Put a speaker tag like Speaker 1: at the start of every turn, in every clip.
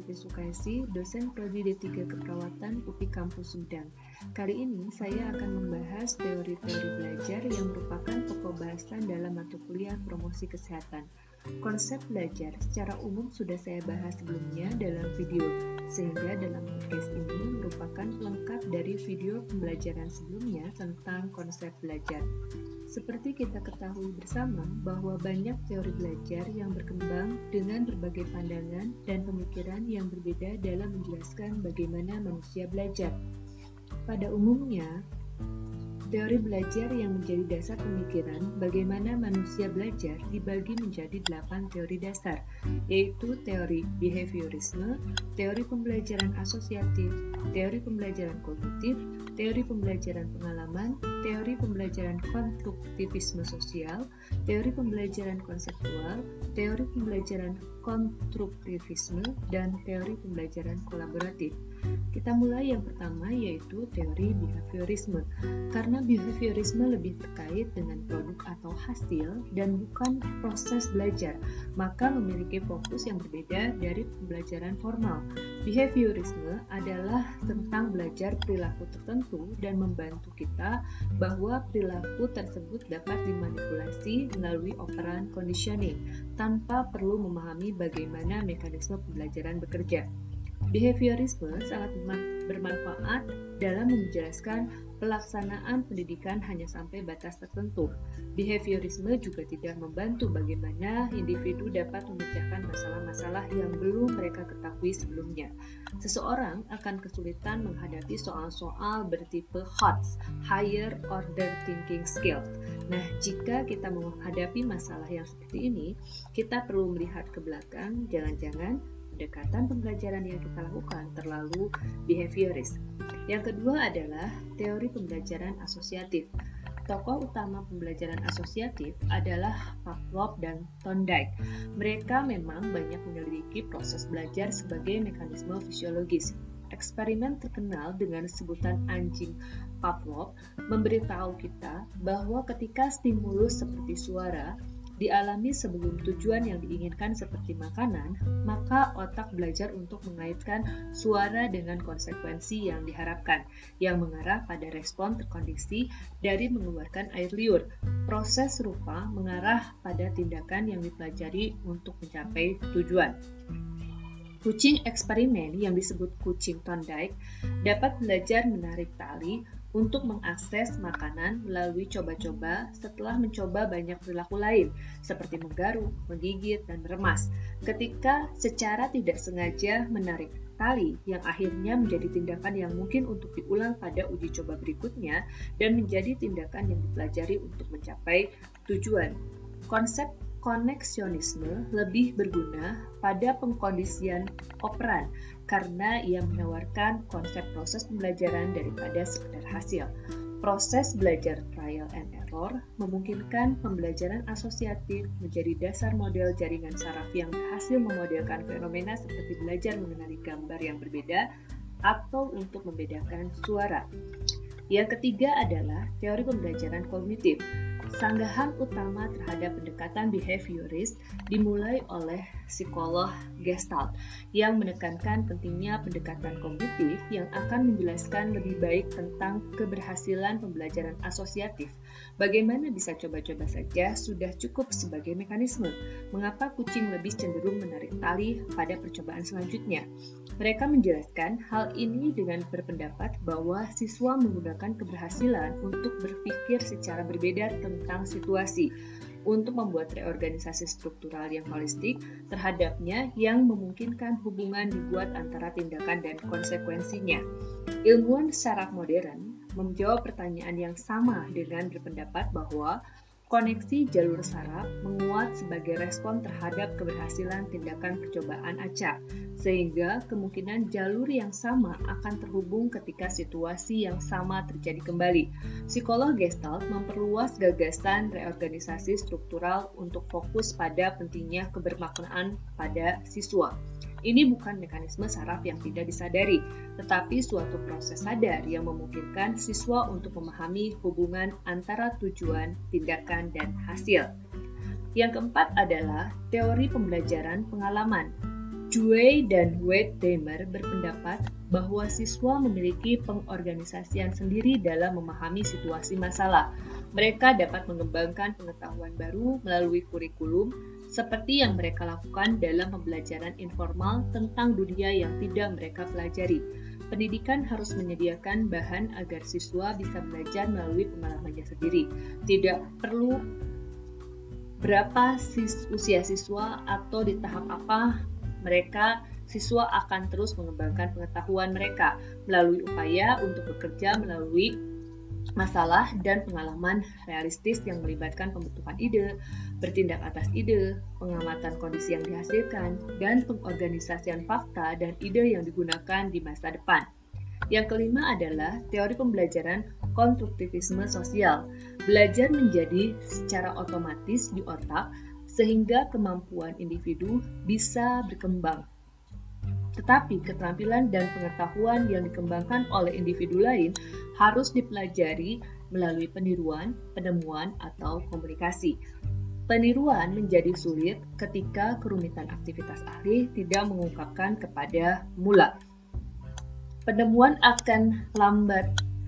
Speaker 1: Siti Sukaisi, dosen Prodi D3 Keperawatan UPI Kampus Sumedang. Kali ini saya akan membahas teori-teori belajar yang merupakan pokok bahasan dalam mata kuliah promosi kesehatan. Konsep belajar secara umum sudah saya bahas sebelumnya dalam video, sehingga dalam podcast ini merupakan pelengkap dari video pembelajaran sebelumnya tentang konsep belajar. Seperti kita ketahui bersama bahwa banyak teori belajar yang berkembang dengan berbagai pandangan dan pemikiran yang berbeda dalam menjelaskan bagaimana manusia belajar. Pada umumnya, teori belajar yang menjadi dasar pemikiran bagaimana manusia belajar dibagi menjadi 8 teori dasar, yaitu teori behaviorisme, teori pembelajaran asosiatif, teori pembelajaran kognitif, teori pembelajaran pengalaman, teori pembelajaran konstruktivisme sosial, teori pembelajaran konseptual, teori pembelajaran konstruktivisme, dan teori pembelajaran kolaboratif. Kita mulai yang pertama, yaitu teori behaviorisme. Karena behaviorisme lebih terkait dengan produk atau hasil dan bukan proses belajar, maka memiliki fokus yang berbeda dari pembelajaran formal. Behaviorisme adalah tentang belajar perilaku tertentu dan membantu kita bahwa perilaku tersebut dapat dimanipulasi melalui operan conditioning tanpa perlu memahami bagaimana mekanisme pembelajaran bekerja. Behaviorisme sangat bermanfaat dalam menjelaskan pelaksanaan pendidikan hanya sampai batas tertentu. Behaviorisme juga tidak membantu bagaimana individu dapat memecahkan masalah-masalah yang belum mereka ketahui sebelumnya. Seseorang akan kesulitan menghadapi soal-soal bertipe HOTS, Higher Order Thinking Skills. Nah, jika kita menghadapi masalah yang seperti ini, kita perlu melihat ke belakang, jangan-jangan pendekatan pembelajaran yang kita lakukan terlalu behavioris. Yang kedua adalah teori pembelajaran asosiatif. Tokoh utama pembelajaran asosiatif adalah Pavlov dan Thorndike. Mereka memang banyak menyelidiki proses belajar sebagai mekanisme fisiologis. Eksperimen terkenal dengan sebutan anjing Pavlov memberitahu kita bahwa ketika stimulus seperti suara dialami sebelum tujuan yang diinginkan seperti makanan, maka otak belajar untuk mengaitkan suara dengan konsekuensi yang diharapkan, yang mengarah pada respon terkondisi dari mengeluarkan air liur. Proses serupa mengarah pada tindakan yang dipelajari untuk mencapai tujuan. Kucing eksperimen yang disebut kucing Thorndike dapat belajar menarik tali untuk mengakses makanan melalui coba-coba setelah mencoba banyak perilaku lain, seperti menggaruk, menggigit, dan meremas. Ketika secara tidak sengaja menarik tali yang akhirnya menjadi tindakan yang mungkin untuk diulang pada uji coba berikutnya dan menjadi tindakan yang dipelajari untuk mencapai tujuan. Konsep koneksionisme lebih berguna pada pengkondisian operan karena ia menawarkan konsep proses pembelajaran daripada sekedar hasil. Proses belajar trial and error memungkinkan pembelajaran asosiatif menjadi dasar model jaringan saraf yang berhasil memodelkan fenomena seperti belajar mengenali gambar yang berbeda atau untuk membedakan suara. Yang ketiga adalah teori pembelajaran kognitif. Sanggahan utama terhadap pendekatan behavioris dimulai oleh psikolog Gestalt yang menekankan pentingnya pendekatan kognitif yang akan menjelaskan lebih baik tentang keberhasilan pembelajaran asosiatif. Bagaimana bisa coba-coba saja sudah cukup sebagai mekanisme. Mengapa kucing lebih cenderung menarik tali pada percobaan selanjutnya? Mereka menjelaskan hal ini dengan berpendapat bahwa siswa menggunakan keberhasilan untuk berpikir secara berbeda tentang situasi, untuk membuat reorganisasi struktural yang holistik terhadapnya yang memungkinkan hubungan dibuat antara tindakan dan konsekuensinya. Ilmuwan saraf modern menjawab pertanyaan yang sama dengan berpendapat bahwa koneksi jalur saraf menguat sebagai respon terhadap keberhasilan tindakan percobaan acak, sehingga kemungkinan jalur yang sama akan terhubung ketika situasi yang sama terjadi kembali. Psikolog Gestalt memperluas gagasan reorganisasi struktural untuk fokus pada pentingnya kebermaknaan pada siswa. Ini bukan mekanisme saraf yang tidak disadari, tetapi suatu proses sadar yang memungkinkan siswa untuk memahami hubungan antara tujuan, tindakan, dan hasil. Yang keempat adalah teori pembelajaran pengalaman. Dewey dan Wertheimer berpendapat bahwa siswa memiliki pengorganisasian sendiri dalam memahami situasi masalah. Mereka dapat mengembangkan pengetahuan baru melalui kurikulum, seperti yang mereka lakukan dalam pembelajaran informal tentang dunia yang tidak mereka pelajari. Pendidikan harus menyediakan bahan agar siswa bisa belajar melalui pengalamannya sendiri. Tidak perlu berapa usia siswa atau di tahap apa siswa akan terus mengembangkan pengetahuan mereka melalui upaya untuk bekerja melalui masalah dan pengalaman realistis yang melibatkan pembentukan ide, bertindak atas ide, pengamatan kondisi yang dihasilkan, dan pengorganisasian fakta dan ide yang digunakan di masa depan. Yang kelima adalah teori pembelajaran konstruktivisme sosial. Belajar menjadi secara otomatis di otak sehingga kemampuan individu bisa berkembang. Tetapi keterampilan dan pengetahuan yang dikembangkan oleh individu lain harus dipelajari melalui peniruan, penemuan, atau komunikasi. Peniruan menjadi sulit ketika kerumitan aktivitas ahli tidak mengungkapkan kepada mula. Penemuan akan lambat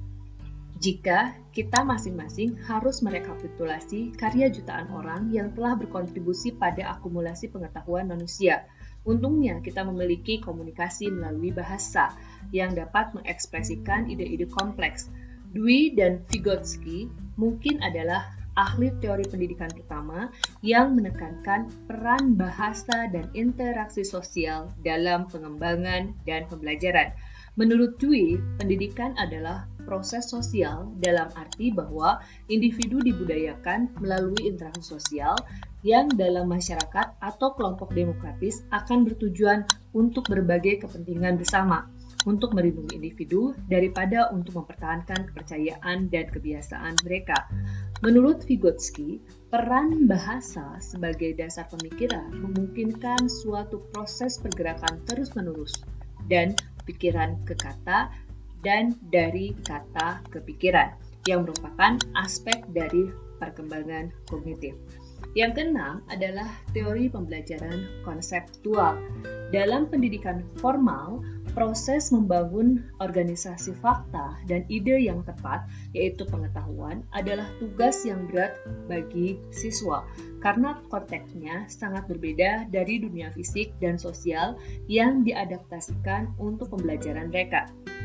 Speaker 1: jika kita masing-masing harus merekapitulasi karya jutaan orang yang telah berkontribusi pada akumulasi pengetahuan manusia. Untungnya kita memiliki komunikasi melalui bahasa yang dapat mengekspresikan ide-ide kompleks. Dewey dan Vygotsky mungkin adalah ahli teori pendidikan pertama yang menekankan peran bahasa dan interaksi sosial dalam pengembangan dan pembelajaran. Menurut Dewey, pendidikan adalah proses sosial dalam arti bahwa individu dibudayakan melalui interaksi sosial yang dalam masyarakat atau kelompok demokratis akan bertujuan untuk berbagai kepentingan bersama, untuk melindungi individu daripada untuk mempertahankan kepercayaan dan kebiasaan mereka. Menurut Vygotsky, peran bahasa sebagai dasar pemikiran memungkinkan suatu proses pergerakan terus-menerus dan pikiran ke kata dan dari kata ke pikiran yang merupakan aspek dari perkembangan kognitif. Yang keenam adalah teori pembelajaran konseptual. Dalam pendidikan formal, proses membangun organisasi fakta dan ide yang tepat, yaitu pengetahuan, adalah tugas yang berat bagi siswa karena konteksnya sangat berbeda dari dunia fisik dan sosial yang diadaptasikan untuk pembelajaran mereka.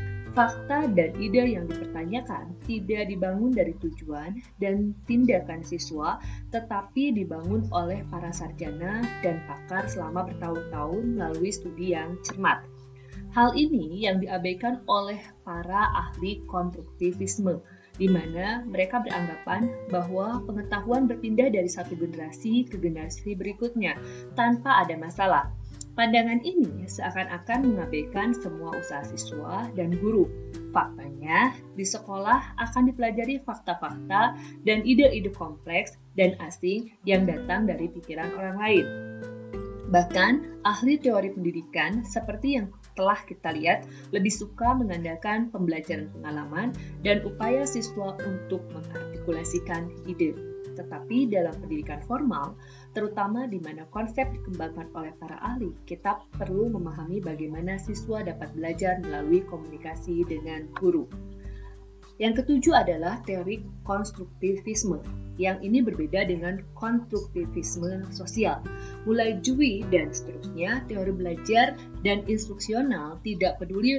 Speaker 1: Fakta dan ide yang dipertanyakan tidak dibangun dari tujuan dan tindakan siswa, tetapi dibangun oleh para sarjana dan pakar selama bertahun-tahun melalui studi yang cermat. Hal ini yang diabaikan oleh para ahli konstruktivisme, di mana mereka beranggapan bahwa pengetahuan berpindah dari satu generasi ke generasi berikutnya tanpa ada masalah. Pandangan ini seakan-akan mengabaikan semua usaha siswa dan guru. Faktanya, di sekolah akan dipelajari fakta-fakta dan ide-ide kompleks dan asing yang datang dari pikiran orang lain. Bahkan, ahli teori pendidikan seperti yang telah kita lihat lebih suka mengandalkan pembelajaran pengalaman dan upaya siswa untuk mengartikulasikan ide. Tetapi dalam pendidikan formal, terutama di mana konsep dikembangkan oleh para ahli, kita perlu memahami bagaimana siswa dapat belajar melalui komunikasi dengan guru. Yang ketujuh adalah teori konstruktivisme. Yang ini berbeda dengan konstruktivisme sosial. Mulai Dewey dan seterusnya, teori belajar dan instruksional tidak peduli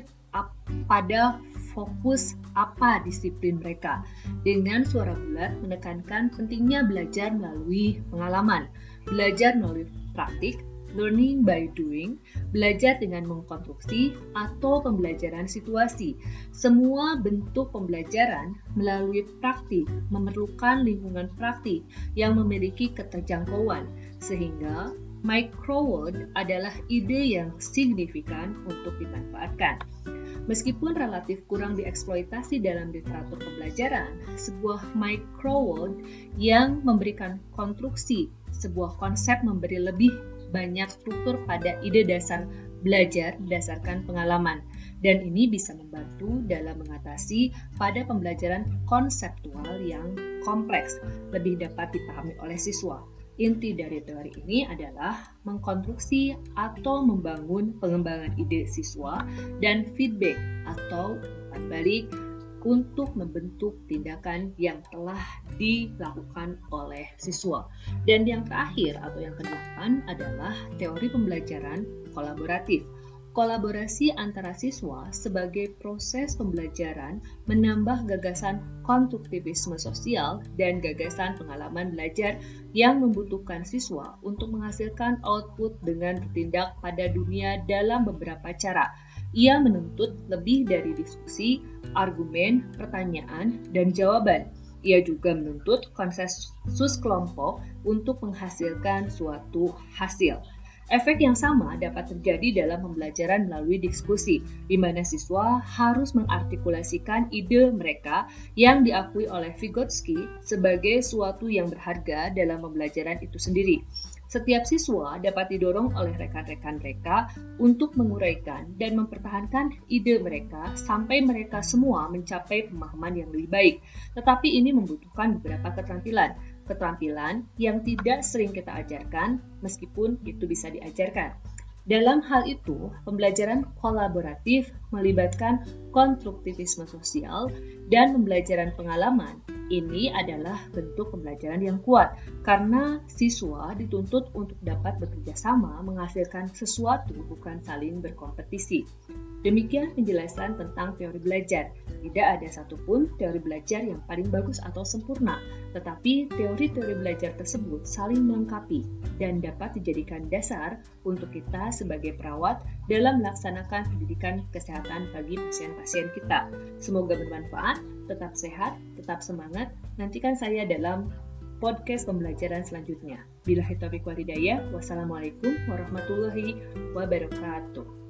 Speaker 1: pada fokus apa disiplin mereka. Dengan suara bulat menekankan pentingnya belajar melalui pengalaman, belajar melalui praktik, learning by doing, belajar dengan mengkonstruksi, atau pembelajaran situasi. Semua bentuk pembelajaran melalui praktik memerlukan lingkungan praktik yang memiliki keterjangkauan, sehingga microword adalah ide yang signifikan untuk dimanfaatkan. Meskipun relatif kurang dieksploitasi dalam literatur pembelajaran, sebuah microword yang memberikan konstruksi, sebuah konsep memberi lebih banyak struktur pada ide dasar belajar berdasarkan pengalaman, dan ini bisa membantu dalam mengatasi pada pembelajaran konseptual yang kompleks, lebih dapat dipahami oleh siswa. Inti dari teori ini adalah mengkonstruksi atau membangun pengembangan ide siswa dan feedback atau umpan balik untuk membentuk tindakan yang telah dilakukan oleh siswa. Dan yang terakhir atau yang ke-8 adalah teori pembelajaran kolaboratif. Kolaborasi antara siswa sebagai proses pembelajaran menambah gagasan konstruktivisme sosial dan gagasan pengalaman belajar yang membutuhkan siswa untuk menghasilkan output dengan bertindak pada dunia dalam beberapa cara. Ia menuntut lebih dari diskusi, argumen, pertanyaan, dan jawaban. Ia juga menuntut konsensus kelompok untuk menghasilkan suatu hasil. Efek yang sama dapat terjadi dalam pembelajaran melalui diskusi, di mana siswa harus mengartikulasikan ide mereka yang diakui oleh Vygotsky sebagai suatu yang berharga dalam pembelajaran itu sendiri. Setiap siswa dapat didorong oleh rekan-rekan mereka untuk menguraikan dan mempertahankan ide mereka sampai mereka semua mencapai pemahaman yang lebih baik. Tetapi ini membutuhkan beberapa keterampilan yang tidak sering kita ajarkan, meskipun itu bisa diajarkan. Dalam hal itu, pembelajaran kolaboratif melibatkan konstruktivisme sosial dan pembelajaran pengalaman. Ini adalah bentuk pembelajaran yang kuat, karena siswa dituntut untuk dapat bekerja sama menghasilkan sesuatu, bukan saling berkompetisi. Demikian penjelasan tentang teori belajar. Tidak ada satupun teori belajar yang paling bagus atau sempurna, tetapi teori-teori belajar tersebut saling melengkapi dan dapat dijadikan dasar untuk kita sebagai perawat dalam melaksanakan pendidikan kesehatan bagi pasien-pasien kita. Semoga bermanfaat, tetap sehat, tetap semangat. Nantikan saya dalam podcast pembelajaran selanjutnya. Billahi taufiq wal hidayah. Wassalamualaikum warahmatullahi wabarakatuh.